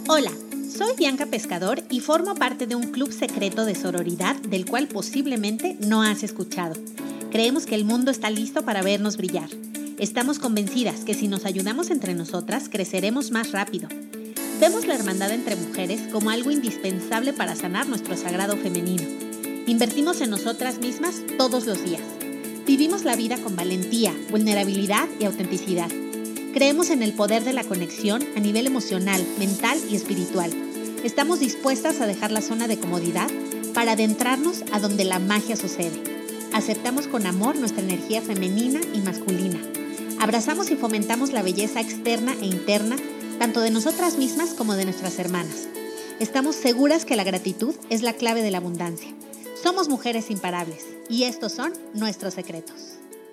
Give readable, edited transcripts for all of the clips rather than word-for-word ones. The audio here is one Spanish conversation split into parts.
Hola, soy Bianca Pescador y formo parte de un club secreto de sororidad del cual posiblemente no has escuchado. Creemos que el mundo está listo para vernos brillar. Estamos convencidas que si nos ayudamos entre nosotras, creceremos más rápido. Vemos la hermandad entre mujeres como algo indispensable para sanar nuestro sagrado femenino. Invertimos en nosotras mismas todos los días. Vivimos la vida con valentía, vulnerabilidad y autenticidad. Creemos en el poder de la conexión a nivel emocional, mental y espiritual. Estamos dispuestas a dejar la zona de comodidad para adentrarnos a donde la magia sucede. Aceptamos con amor nuestra energía femenina y masculina. Abrazamos y fomentamos la belleza externa e interna, tanto de nosotras mismas como de nuestras hermanas. Estamos seguras que la gratitud es la clave de la abundancia. Somos mujeres imparables y estos son nuestros secretos.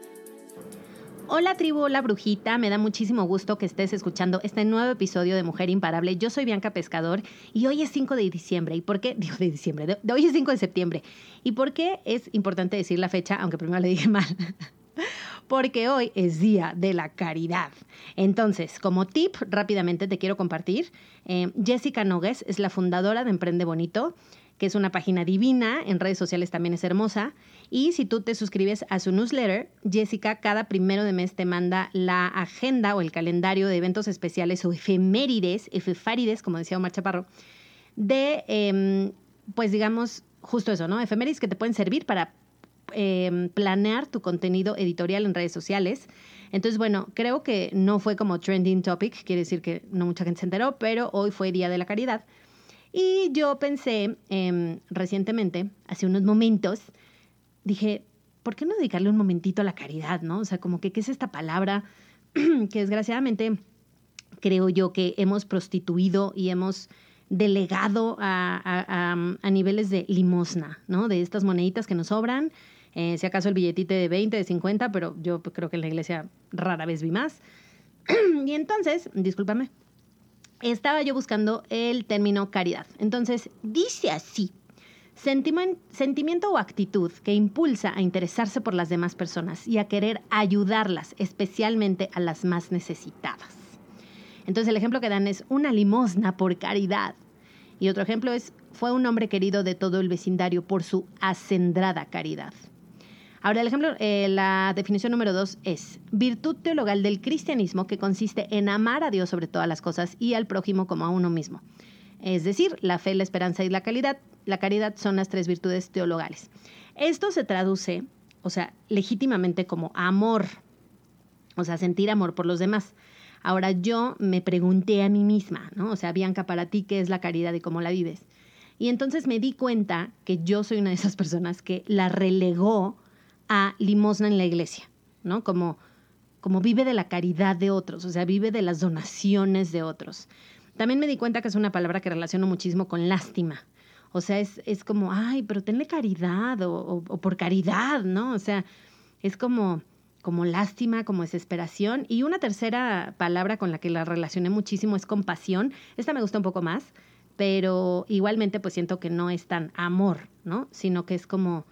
Hola tribu, hola brujita, me da muchísimo gusto que estés escuchando este nuevo episodio de Mujer Imparable. Yo soy Bianca Pescador y hoy es 5 de diciembre. ¿Y por qué? Hoy es 5 de septiembre. ¿Y por qué es importante decir la fecha, aunque primero le dije mal? Porque hoy es Día de la Caridad. Entonces, como tip, rápidamente te quiero compartir. Jessica Nogues es la fundadora de Emprende Bonito, que es una página divina, en redes sociales también es hermosa. Y si tú te suscribes a su newsletter, Jessica cada 1 de mes te manda la agenda o el calendario de eventos especiales o efemérides, como decía Omar Chaparro, de, pues digamos, justo eso, ¿no? Efemérides que te pueden servir para planear tu contenido editorial en redes sociales. Entonces, bueno, creo que no fue como trending topic, quiere decir que no mucha gente se enteró, pero hoy fue Día de la Caridad. Y yo pensé recientemente, hace unos momentos, dije, ¿por qué no dedicarle un momentito a la caridad, no? O sea, como que, ¿qué es esta palabra que desgraciadamente creo yo que hemos prostituido y hemos delegado a niveles de limosna, ¿no? De estas moneditas que nos sobran, si acaso el billetito de 20, de 50, pero yo creo que en la iglesia rara vez vi más. Y entonces, discúlpame, estaba yo buscando el término caridad. Entonces, dice así: sentimiento o actitud que impulsa a interesarse por las demás personas y a querer ayudarlas, especialmente a las más necesitadas. Entonces, el ejemplo que dan es una limosna por caridad. Y otro ejemplo es, fue un hombre querido de todo el vecindario por su acendrada caridad. Ahora, el ejemplo, la definición número 2 es virtud teologal del cristianismo que consiste en amar a Dios sobre todas las cosas y al prójimo como a uno mismo. Es decir, la fe, la esperanza y la caridad son las 3 virtudes teologales. Esto se traduce, o sea, legítimamente como amor, o sea, sentir amor por los demás. Ahora, yo me pregunté a mí misma, ¿no? O sea, Bianca, para ti, ¿qué es la caridad y cómo la vives? Y entonces me di cuenta que yo soy una de esas personas que la relegó a limosna en la iglesia, ¿no? Como vive de la caridad de otros, o sea, vive de las donaciones de otros. También me di cuenta que es una palabra que relaciono muchísimo con lástima. O sea, es como, ay, pero tenle caridad o por caridad, ¿no? O sea, es como lástima, como desesperación. Y una tercera palabra con la que la relacioné muchísimo es compasión. Esta me gusta un poco más, pero igualmente pues siento que no es tan amor, ¿no? Sino que es como,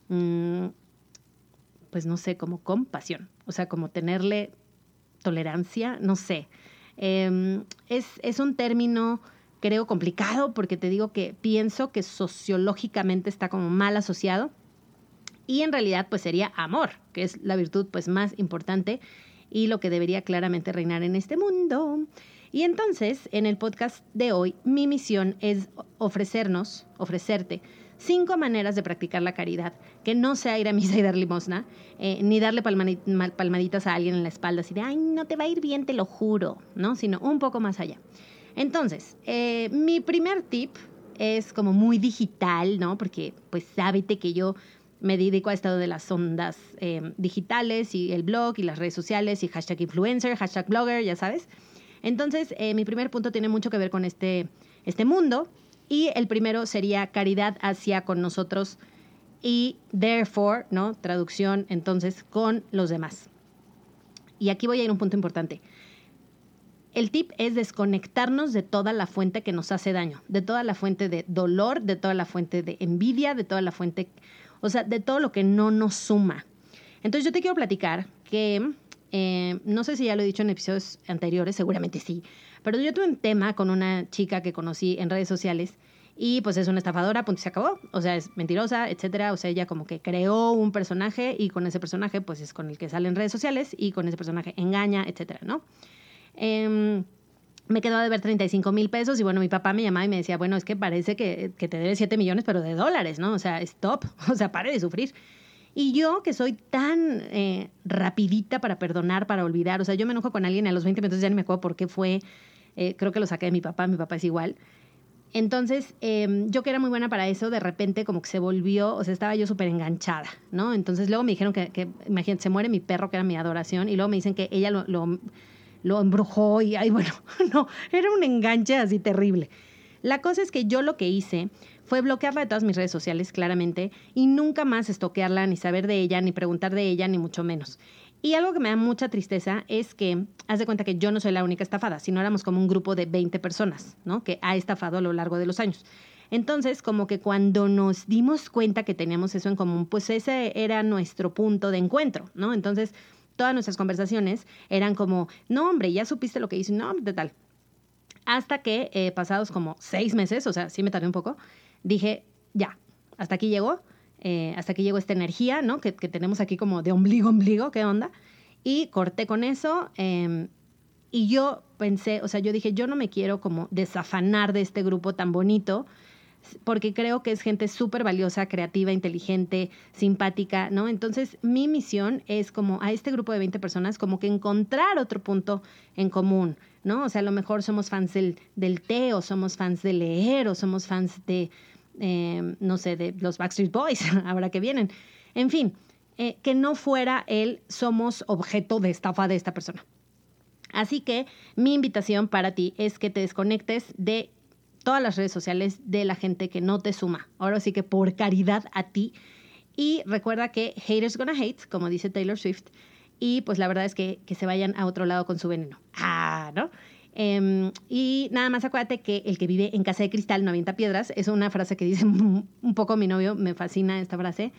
pues no sé, como compasión. O sea, como tenerle tolerancia, no sé. Es un término, creo, complicado porque te digo que pienso que sociológicamente está como mal asociado y en realidad pues sería amor, que es la virtud pues más importante y lo que debería claramente reinar en este mundo. Y entonces, en el podcast de hoy, mi misión es ofrecerte 5 maneras de practicar la caridad, que no sea ir a misa y dar limosna, ni darle palmaditas a alguien en la espalda, así de, ay, no te va a ir bien, te lo juro, ¿no? Sino un poco más allá. Entonces, mi primer tip es como muy digital, ¿no? Porque, pues, sábete que yo me dedico a esto de las ondas digitales y el blog y las redes sociales y hashtag influencer, hashtag blogger, ya sabes. Entonces, mi primer punto tiene mucho que ver con este mundo. Y el primero sería caridad hacia con nosotros y therefore, ¿no? Traducción, entonces, con los demás. Y aquí voy a ir a un punto importante. El tip es desconectarnos de toda la fuente que nos hace daño, de toda la fuente de dolor, de toda la fuente de envidia, de toda la fuente, o sea, de todo lo que no nos suma. Entonces yo te quiero platicar que, no sé si ya lo he dicho en episodios anteriores, seguramente sí, Pero yo tuve un tema con una chica que conocí en redes sociales y pues es una estafadora, punto y se acabó. O sea, es mentirosa, etcétera. O sea, ella como que creó un personaje y con ese personaje pues es con el que sale en redes sociales y con ese personaje engaña, etcétera, ¿no? Me quedó a deber 35 mil pesos y bueno, mi papá me llamaba y me decía, bueno, es que parece que te debe 7 millones, pero de dólares, ¿no? O sea, stop, o sea, pare de sufrir. Y yo, que soy tan rapidita para perdonar, para olvidar, o sea, yo me enojo con alguien y a los 20 minutos ya ni me acuerdo por qué fue, creo que lo saqué de mi papá es igual. Entonces, yo que era muy buena para eso, de repente como que se volvió, o sea, estaba yo súper enganchada, ¿no? Entonces luego me dijeron que, imagínate, se muere mi perro, que era mi adoración, y luego me dicen que ella lo embrujó y, ay, bueno, no, era un enganche así terrible. La cosa es que yo lo que hice fue bloquearla de todas mis redes sociales, claramente, y nunca más estoquearla, ni saber de ella, ni preguntar de ella, ni mucho menos. Y algo que me da mucha tristeza es que, haz de cuenta que yo no soy la única estafada, sino éramos como un grupo de 20 personas, ¿no? Que ha estafado a lo largo de los años. Entonces, como que cuando nos dimos cuenta que teníamos eso en común, pues ese era nuestro punto de encuentro, ¿no? Entonces, todas nuestras conversaciones eran como, no, hombre, ya supiste lo que hice, no, de tal. Hasta que pasados como 6 meses, o sea, sí me tardé un poco, dije, ya, hasta aquí llegó esta energía, ¿no? Que tenemos aquí como de ombligo, ¿qué onda? Y corté con eso y yo pensé, o sea, yo dije, yo no me quiero como desafanar de este grupo tan bonito, porque creo que es gente súper valiosa, creativa, inteligente, simpática, ¿no? Entonces, mi misión es como a este grupo de 20 personas como que encontrar otro punto en común, ¿no? O sea, a lo mejor somos fans del té, o somos fans de leer, o somos fans de, no sé, de los Backstreet Boys, ahora que vienen. En fin, que no fuera el somos objeto de estafa de esta persona. Así que mi invitación para ti es que te desconectes de todas las redes sociales de la gente que no te suma. Ahora sí que por caridad a ti. Y recuerda que haters gonna hate, como dice Taylor Swift. Y pues la verdad es que se vayan a otro lado con su veneno. ¿No? Y nada más acuérdate que el que vive en casa de cristal no avienta piedras. Es una frase que dice un poco mi novio. Me fascina esta frase.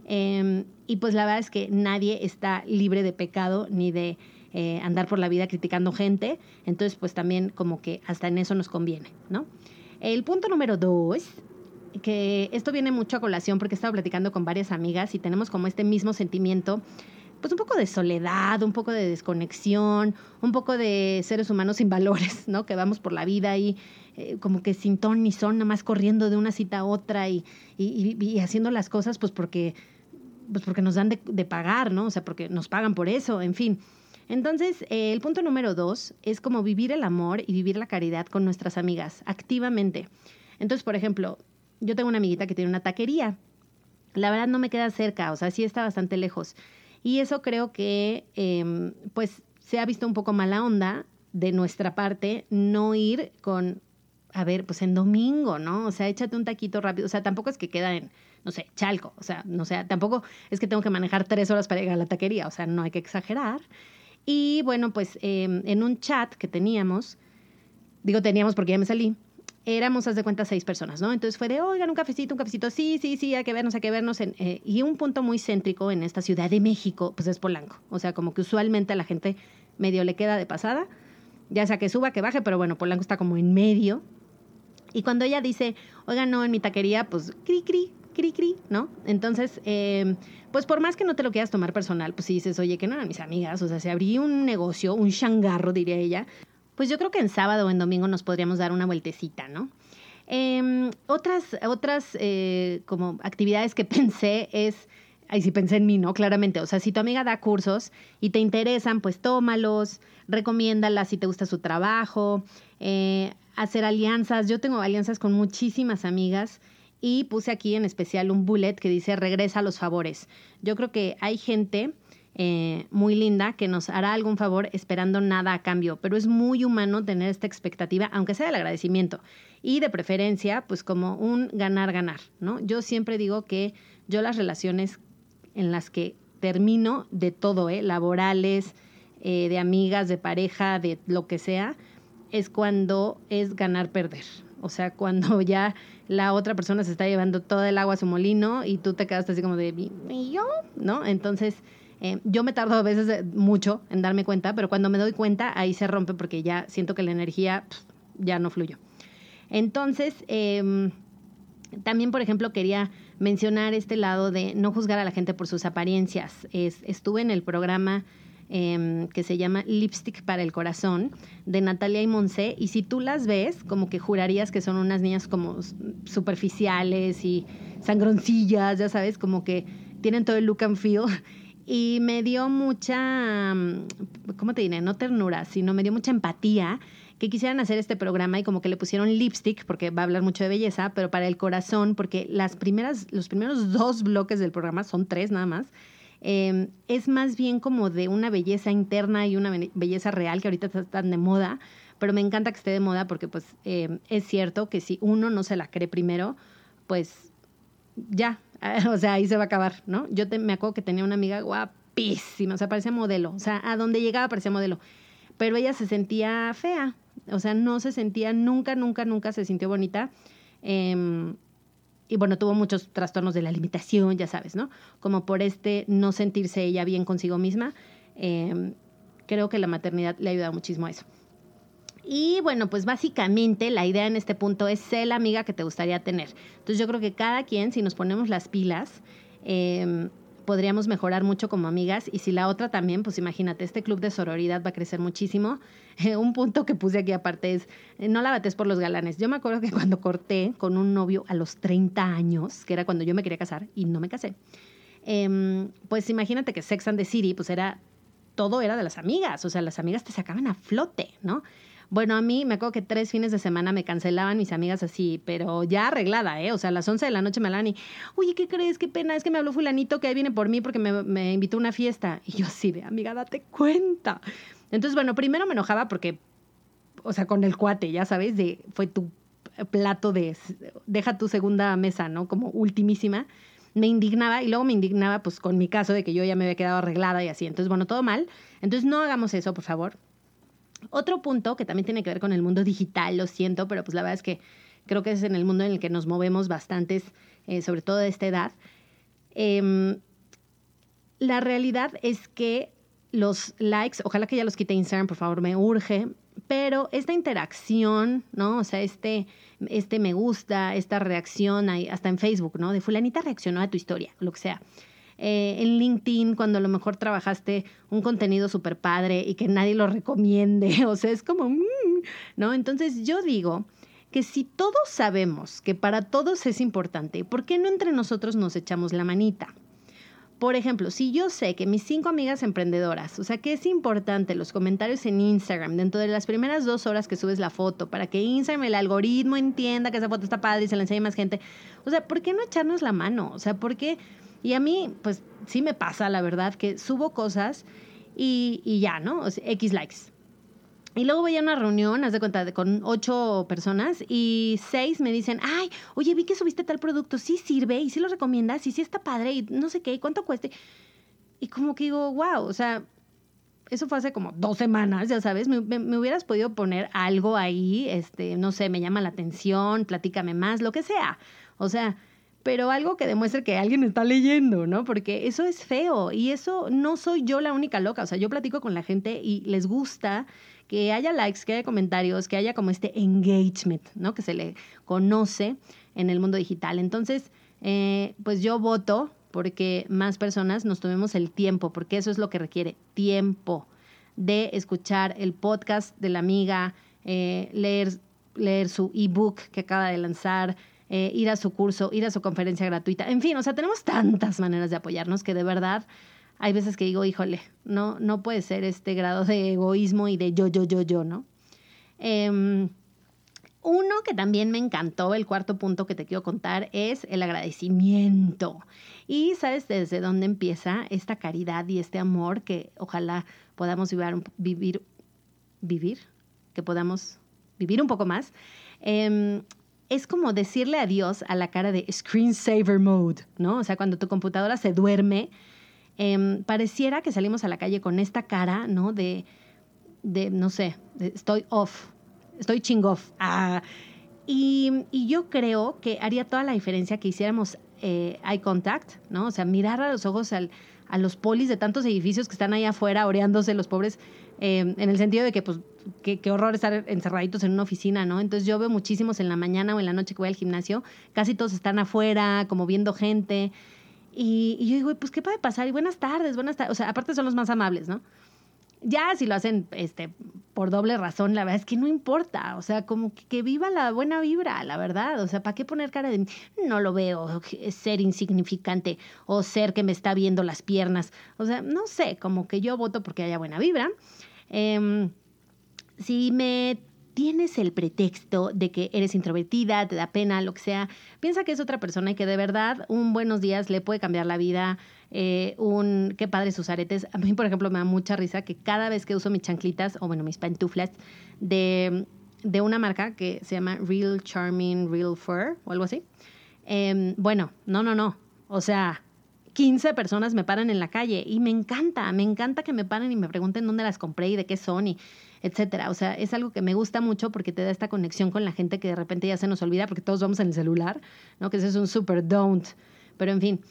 Y pues la verdad es que nadie está libre de pecado ni de andar por la vida criticando gente. Entonces pues también como que hasta en eso nos conviene, ¿no? El punto número 2, que esto viene mucho a colación porque he estado platicando con varias amigas y tenemos como este mismo sentimiento, pues un poco de soledad, un poco de desconexión, un poco de seres humanos sin valores, ¿no? Que vamos por la vida y como que sin ton ni son, nada más corriendo de una cita a otra y haciendo las cosas pues porque nos dan de pagar, ¿no? O sea, porque nos pagan por eso, en fin. Entonces, el punto número 2 es como vivir el amor y vivir la caridad con nuestras amigas, activamente. Entonces, por ejemplo, yo tengo una amiguita que tiene una taquería. La verdad no me queda cerca, o sea, sí está bastante lejos. Y eso creo que, pues, se ha visto un poco mala onda de nuestra parte no ir con, a ver, pues en domingo, ¿no? O sea, échate un taquito rápido. O sea, tampoco es que queda en, no sé, Chalco. O sea, no sé, tampoco es que tengo que manejar 3 horas para llegar a la taquería. O sea, no hay que exagerar. Y bueno, pues en un chat que teníamos porque ya me salí, éramos, haz de cuenta, 6 personas, ¿no? Entonces fue de, oigan, un cafecito, sí, hay que vernos. Y un punto muy céntrico en esta Ciudad de México, pues es Polanco. O sea, como que usualmente a la gente medio le queda de pasada, ya sea que suba, que baje, pero bueno, Polanco está como en medio. Y cuando ella dice, oigan, no, en mi taquería, pues cri, ¿no? Entonces, pues por más que no te lo quieras tomar personal, pues si dices, oye, que no eran mis amigas, o sea, si abrí un negocio, un changarro, diría ella, pues yo creo que en sábado o en domingo nos podríamos dar una vueltecita, ¿no? Otras como actividades que pensé es, ahí sí pensé en mí, ¿no? Claramente, o sea, si tu amiga da cursos y te interesan, pues tómalos, recomiéndalas si te gusta su trabajo, hacer alianzas. Yo tengo alianzas con muchísimas amigas y puse aquí en especial un bullet que dice regresa los favores. Yo creo que hay gente muy linda que nos hará algún favor esperando nada a cambio, pero es muy humano tener esta expectativa, aunque sea el agradecimiento y de preferencia pues como un ganar-ganar, ¿no? Yo siempre digo que yo las relaciones en las que termino de todo, laborales, de amigas, de pareja, de lo que sea, es cuando es ganar-perder. O sea, cuando ya la otra persona se está llevando todo el agua a su molino y tú te quedaste así como de, ¿y yo? ¿No? Entonces, Yo me tardo a veces mucho en darme cuenta, pero cuando me doy cuenta, ahí se rompe porque ya siento que la energía ya no fluyó. Entonces, también, por ejemplo, quería mencionar este lado de no juzgar a la gente por sus apariencias. Estuve en el programa que se llama Lipstick para el Corazón, de Natalia y Monse, y si tú las ves, como que jurarías que son unas niñas como superficiales y sangroncillas, ya sabes, como que tienen todo el look and feel. Y me dio mucha, ¿cómo te diré? No ternura, sino me dio mucha empatía que quisieran hacer este programa y como que le pusieron lipstick, porque va a hablar mucho de belleza, pero para el corazón, porque los primeros 2 bloques del programa, son 3 nada más, es más bien como de una belleza interna y una belleza real que ahorita están de moda, pero me encanta que esté de moda porque pues es cierto que si uno no se la cree primero, pues ya, o sea, ahí se va a acabar, ¿no? Yo me acuerdo que tenía una amiga guapísima, o sea, parecía modelo, o sea, a donde llegaba parecía modelo, pero ella se sentía fea, o sea, no se sentía, nunca se sintió bonita, y bueno, tuvo muchos trastornos de la alimentación, ya sabes, ¿no? Como por no sentirse ella bien consigo misma. Creo que la maternidad le ha ayudado muchísimo a eso. Y bueno, pues básicamente la idea en este punto es ser la amiga que te gustaría tener. Entonces yo creo que cada quien, si nos ponemos las pilas, podríamos mejorar mucho como amigas. Y si la otra también, pues imagínate, este club de sororidad va a crecer muchísimo. Un punto que puse aquí aparte es, no la bates por los galanes. Yo me acuerdo que cuando corté con un novio a los 30 años, que era cuando yo me quería casar y no me casé, pues imagínate que Sex and the City, pues todo era de las amigas. O sea, las amigas te sacaban a flote, ¿no? Bueno, a mí me acuerdo que 3 fines de semana me cancelaban mis amigas así, pero ya arreglada, ¿eh? O sea, a las 11 de la noche me hablaban y, oye, ¿qué crees? Qué pena, es que me habló fulanito que ahí viene por mí porque me invitó a una fiesta. Y yo así de, amiga, date cuenta. Entonces, bueno, primero me enojaba porque, o sea, con el cuate, ya sabes, fue tu plato deja tu segunda mesa, ¿no? Como ultimísima. Me indignaba y luego me indignaba pues con mi caso de que yo ya me había quedado arreglada y así. Entonces, bueno, todo mal. Entonces, no hagamos eso, por favor. Otro punto que también tiene que ver con el mundo digital, lo siento, pero pues la verdad es que creo que es en el mundo en el que nos movemos bastantes, sobre todo de esta edad. La realidad es que los likes, ojalá que ya los quite Instagram, por favor, me urge, pero esta interacción, ¿no? O sea, este me gusta, esta reacción, hasta en Facebook, ¿no? De fulanita reaccionó a tu historia, lo que sea. En LinkedIn, cuando a lo mejor trabajaste un contenido súper padre y que nadie lo recomiende, o sea, es como, ¿no? Entonces yo digo que si todos sabemos que para todos es importante, ¿por qué no entre nosotros nos echamos la manita? Por ejemplo, si yo sé que mis 5 amigas emprendedoras, o sea, que es importante los comentarios en Instagram dentro de las primeras 2 horas que subes la foto para que Instagram, el algoritmo entienda que esa foto está padre y se la enseñe a más gente, o sea, ¿por qué no echarnos la mano? O sea, ¿por qué? Y a mí, pues, sí me pasa, la verdad, que subo cosas y ya, ¿no? O sea, X likes. Y luego voy a una reunión, haz de cuenta, con 8 personas y 6 me dicen, ay, oye, vi que subiste tal producto, sí sirve y sí lo recomiendas y sí está padre y no sé qué, y cuánto cueste. Y como que digo, wow, o sea, eso fue hace como 2 semanas, ya sabes, me hubieras podido poner algo ahí, no sé, me llama la atención, platícame más, lo que sea. O sea, pero algo que demuestre que alguien está leyendo, ¿no? Porque eso es feo y eso no soy yo la única loca. O sea, yo platico con la gente y les gusta que haya likes, que haya comentarios, que haya como este engagement, ¿no? Que se le conoce en el mundo digital. Entonces, pues yo voto porque más personas nos tomemos el tiempo, porque eso es lo que requiere, tiempo de escuchar el podcast de la amiga, leer su ebook que acaba de lanzar, ir a su curso, ir a su conferencia gratuita. En fin, o sea, tenemos tantas maneras de apoyarnos que de verdad hay veces que digo, híjole, no puede ser este grado de egoísmo y de yo, ¿no? Uno que también me encantó, el 4º punto que te quiero contar, es el agradecimiento. Y ¿sabes desde dónde empieza esta caridad y este amor que ojalá podamos vivir, que podamos vivir un poco más? Es como decirle adiós a la cara de screensaver mode, ¿no? O sea, cuando tu computadora se duerme, pareciera que salimos a la calle con esta cara, ¿no? De no sé, estoy off, estoy ching off. Y yo creo que haría toda la diferencia que hiciéramos eye contact, ¿no? O sea, mirar a los ojos al a los polis de tantos edificios que están ahí afuera oreándose los pobres, en el sentido de que, pues, qué horror estar encerraditos en una oficina, ¿no? Entonces yo veo muchísimos en la mañana o en la noche que voy al gimnasio, casi todos están afuera, como viendo gente, y yo digo, pues, ¿qué puede pasar? Y buenas tardes, o sea, aparte son los más amables, ¿no? Ya si lo hacen por doble razón, la verdad es que no importa, o sea, como que viva la buena vibra, la verdad, o sea, ¿para qué poner cara de no lo veo, ser insignificante o ser que me está viendo las piernas? O sea, no sé, como que yo voto porque haya buena vibra. Si me tienes el pretexto de que eres introvertida, te da pena, lo que sea, piensa que es otra persona y que de verdad un buenos días le puede cambiar la vida. Qué padre sus aretes. A mí, por ejemplo, me da mucha risa que cada vez que uso mis chanclitas, o bueno, mis pantuflas de una marca que se llama Real Charming Real Fur o algo así. Bueno, no. O sea, 15 personas me paran en la calle y me encanta que me paren y me pregunten dónde las compré y de qué son y etcétera. O sea, es algo que me gusta mucho porque te da esta conexión con la gente que de repente ya se nos olvida porque todos vamos en el celular, ¿no? Que ese es un super don't. Pero en fin.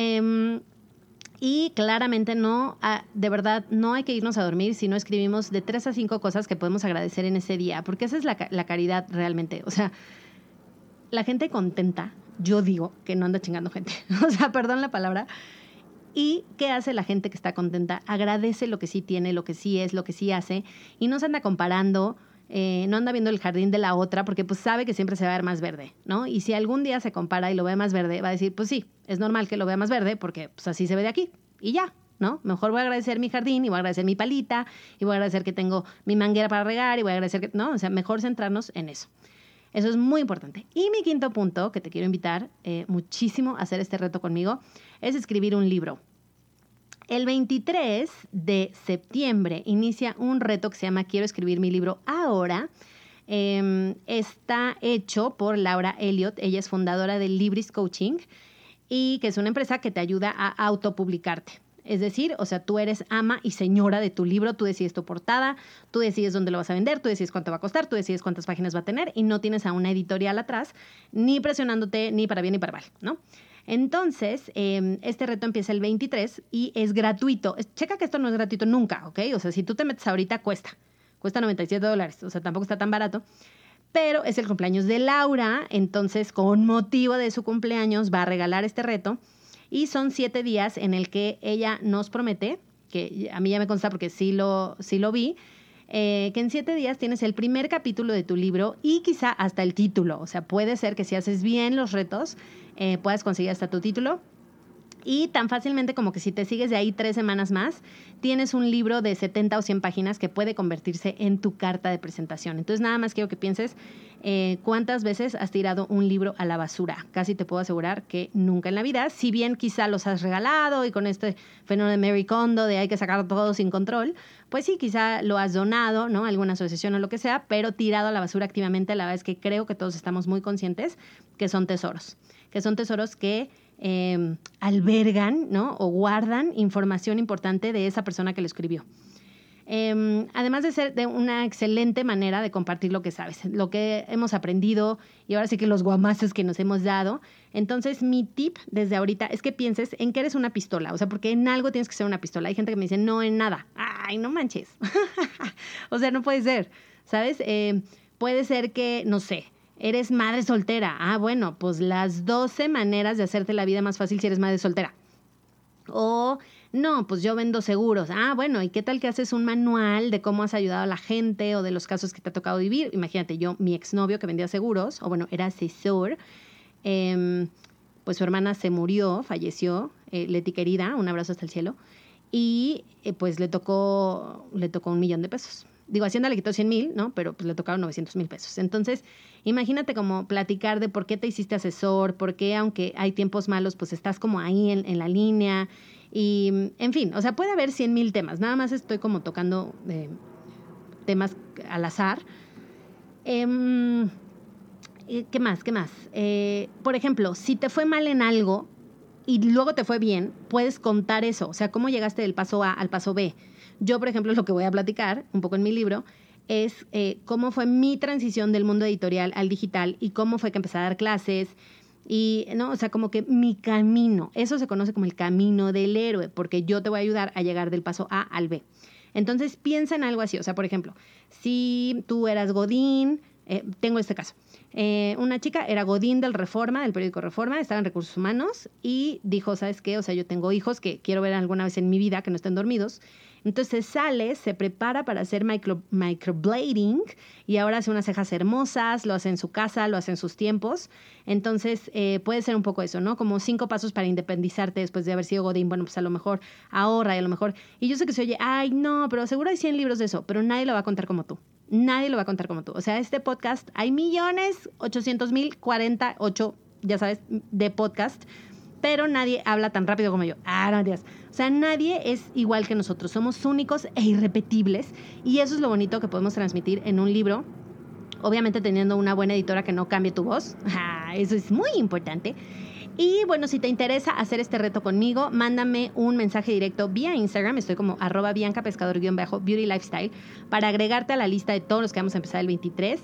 Y claramente no, de verdad, no hay que irnos a dormir si no escribimos de 3 a 5 cosas que podemos agradecer en ese día, porque esa es la caridad realmente. O sea, la gente contenta, yo digo que no anda chingando gente, o sea, perdón la palabra. ¿Y qué hace la gente que está contenta? Agradece lo que sí tiene, lo que sí es, lo que sí hace, y no se anda comparando, no anda viendo el jardín de la otra, porque pues sabe que siempre se va a ver más verde, ¿no? Y si algún día se compara y lo ve más verde, va a decir, pues sí, es normal que lo vea más verde, porque pues así se ve de aquí, y ya, ¿no? Mejor voy a agradecer mi jardín, y voy a agradecer mi palita, y voy a agradecer que tengo mi manguera para regar, y voy a agradecer que, ¿no? O sea, mejor centrarnos en eso. Eso es muy importante. Y mi quinto punto, que te quiero invitar muchísimo a hacer este reto conmigo, es escribir un libro. El 23 de septiembre inicia un reto que se llama Quiero escribir mi libro ahora. Está hecho por Laura Elliott. Ella es fundadora de Libris Coaching y que es una empresa que te ayuda a autopublicarte. Es decir, o sea, tú eres ama y señora de tu libro, tú decides tu portada, tú decides dónde lo vas a vender, tú decides cuánto va a costar, tú decides cuántas páginas va a tener y no tienes a una editorial atrás ni presionándote ni para bien ni para mal, ¿no? Entonces, este reto empieza el 23 y es gratuito. Checa que esto no es gratuito nunca, ¿ok? O sea, si tú te metes ahorita, cuesta $97, o sea, tampoco está tan barato. Pero es el cumpleaños de Laura, entonces con motivo de su cumpleaños va a regalar este reto. Y son 7 días en el que ella nos promete, que a mí ya me consta porque sí lo vi, que en 7 días tienes el primer capítulo de tu libro y quizá hasta el título. O sea, puede ser que si haces bien los retos, puedas conseguir hasta tu título. Y tan fácilmente como que si te sigues de ahí 3 semanas más, tienes un libro de 70 o 100 páginas que puede convertirse en tu carta de presentación. Entonces, nada más quiero que pienses cuántas veces has tirado un libro a la basura. Casi te puedo asegurar que nunca en la vida. Si bien quizá los has regalado y con este fenómeno de Marie Kondo de hay que sacar todo sin control, pues sí, quizá lo has donado, ¿no? A alguna asociación o lo que sea, pero tirado a la basura activamente, la verdad es que creo que todos estamos muy conscientes que son tesoros. Que son tesoros que albergan, ¿no? O guardan información importante de esa persona que lo escribió. Además de ser de una excelente manera de compartir lo que sabes, lo que hemos aprendido y ahora sí que los guamazos que nos hemos dado. Entonces, mi tip desde ahorita es que pienses en que eres una pistola, o sea, porque en algo tienes que ser una pistola. Hay gente que me dice, no, en nada. Ay, no manches. O sea, no puede ser, ¿sabes? Puede ser que, no sé, eres madre soltera. Bueno, pues las 12 maneras de hacerte la vida más fácil si eres madre soltera. O, no, pues yo vendo seguros. Bueno, ¿y qué tal que haces un manual de cómo has ayudado a la gente o de los casos que te ha tocado vivir? Imagínate, mi exnovio que vendía seguros, o bueno, era asesor, pues su hermana se murió, falleció, Leti querida, un abrazo hasta el cielo, y pues le tocó $1,000,000. Digo, Hacienda le quitó 100,000, ¿no? Pero pues le tocaron 900,000 pesos. Entonces, imagínate como platicar de por qué te hiciste asesor, por qué, aunque hay tiempos malos, pues estás como ahí en la línea. Y, en fin, o sea, puede haber 100,000 temas. Nada más estoy como tocando temas al azar. ¿Qué más? Por ejemplo, si te fue mal en algo y luego te fue bien, puedes contar eso. O sea, cómo llegaste del paso A al paso B. Yo, por ejemplo, lo que voy a platicar un poco en mi libro es cómo fue mi transición del mundo editorial al digital y cómo fue que empecé a dar clases Y, ¿no? O sea, como que mi camino, eso se conoce como el camino del héroe, porque yo te voy a ayudar a llegar del paso A al B. Entonces, piensa en algo así. O sea, por ejemplo, si tú eras Godín, tengo este caso. Una chica era Godín del Reforma, del periódico Reforma, estaba en Recursos Humanos y dijo, ¿sabes qué? O sea, yo tengo hijos que quiero ver alguna vez en mi vida que no estén dormidos. Entonces sale, se prepara para hacer microblading y ahora hace unas cejas hermosas, lo hace en su casa, lo hace en sus tiempos. Entonces puede ser un poco eso, ¿no? Como 5 pasos para independizarte después de haber sido Godín. Bueno, pues a lo mejor ahorra y a lo mejor... Y yo sé que se oye, ay, no, pero seguro hay 100 libros de eso, pero nadie lo va a contar como tú. Nadie lo va a contar como tú. O sea, este podcast, hay 1,800,048, ya sabes, de podcast, pero nadie habla tan rápido como yo. No, Dios. O sea, nadie es igual que nosotros. Somos únicos e irrepetibles y eso es lo bonito que podemos transmitir en un libro. Obviamente teniendo una buena editora que no cambie tu voz. Eso es muy importante. Y bueno, si te interesa hacer este reto conmigo, mándame un mensaje directo vía Instagram. Estoy como @biancapescador_beauty lifestyle para agregarte a la lista de todos los que vamos a empezar el 23.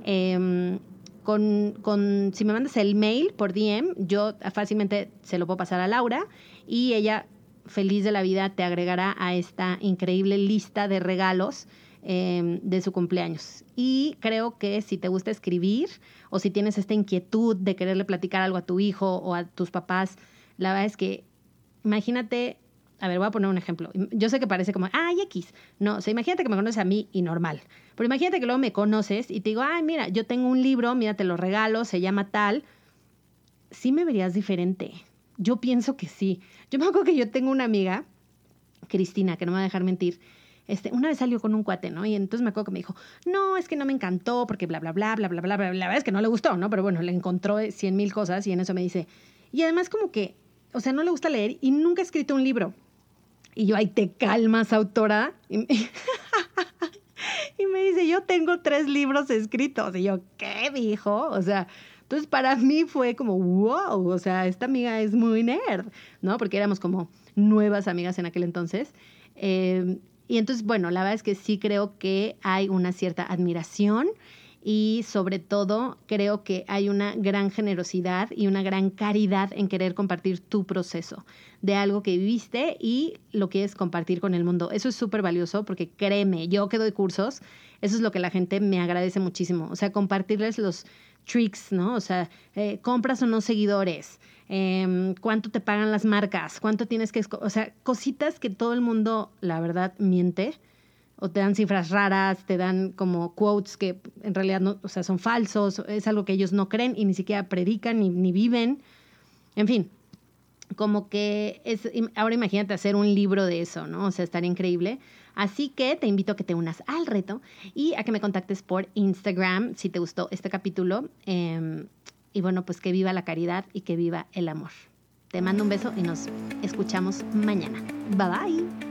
Si me mandas el mail por DM, yo fácilmente se lo puedo pasar a Laura y ella, feliz de la vida, te agregará a esta increíble lista de regalos de su cumpleaños. Y creo que si te gusta escribir o si tienes esta inquietud de quererle platicar algo a tu hijo o a tus papás, la verdad es que imagínate, a ver, voy a poner un ejemplo. Yo sé que parece como, X. No, o sea, imagínate que me conoces a mí y normal. Pero imagínate que luego me conoces y te digo, mira, yo tengo un libro, mira, te lo regalo, se llama tal. Sí me verías diferente. Yo pienso que sí. Yo me acuerdo que yo tengo una amiga, Cristina, que no me va a dejar mentir. Una vez salió con un cuate, ¿no? Y entonces me acuerdo que me dijo, no, es que no me encantó porque bla, bla, bla, bla, bla, bla, bla. La verdad es que no le gustó, ¿no? Pero bueno, le encontró 100,000 cosas y en eso me dice, y además como que, o sea, no le gusta leer y nunca ha escrito un libro. Y yo, ay, te calmas, autora. Y me dice, yo tengo 3 libros escritos. Y yo, ¿qué dijo? O sea, entonces para mí fue como, wow, o sea, esta amiga es muy nerd, ¿no? Porque éramos como nuevas amigas en aquel entonces. Y entonces, bueno, la verdad es que sí creo que hay una cierta admiración y sobre todo creo que hay una gran generosidad y una gran caridad en querer compartir tu proceso de algo que viviste y lo quieres compartir con el mundo. Eso es súper valioso porque créeme, yo que doy cursos, eso es lo que la gente me agradece muchísimo. O sea, compartirles los tricks, ¿no? O sea, compras o no seguidores, cuánto te pagan las marcas, cuánto tienes que... O sea, cositas que todo el mundo, la verdad, miente. O te dan cifras raras, te dan como quotes que en realidad no, o sea, son falsos, es algo que ellos no creen y ni siquiera predican ni viven. En fin, como que ahora imagínate hacer un libro de eso, ¿no? O sea, estaría increíble. Así que te invito a que te unas al reto y a que me contactes por Instagram si te gustó este capítulo. Y bueno, pues que viva la caridad y que viva el amor. Te mando un beso y nos escuchamos mañana. Bye bye.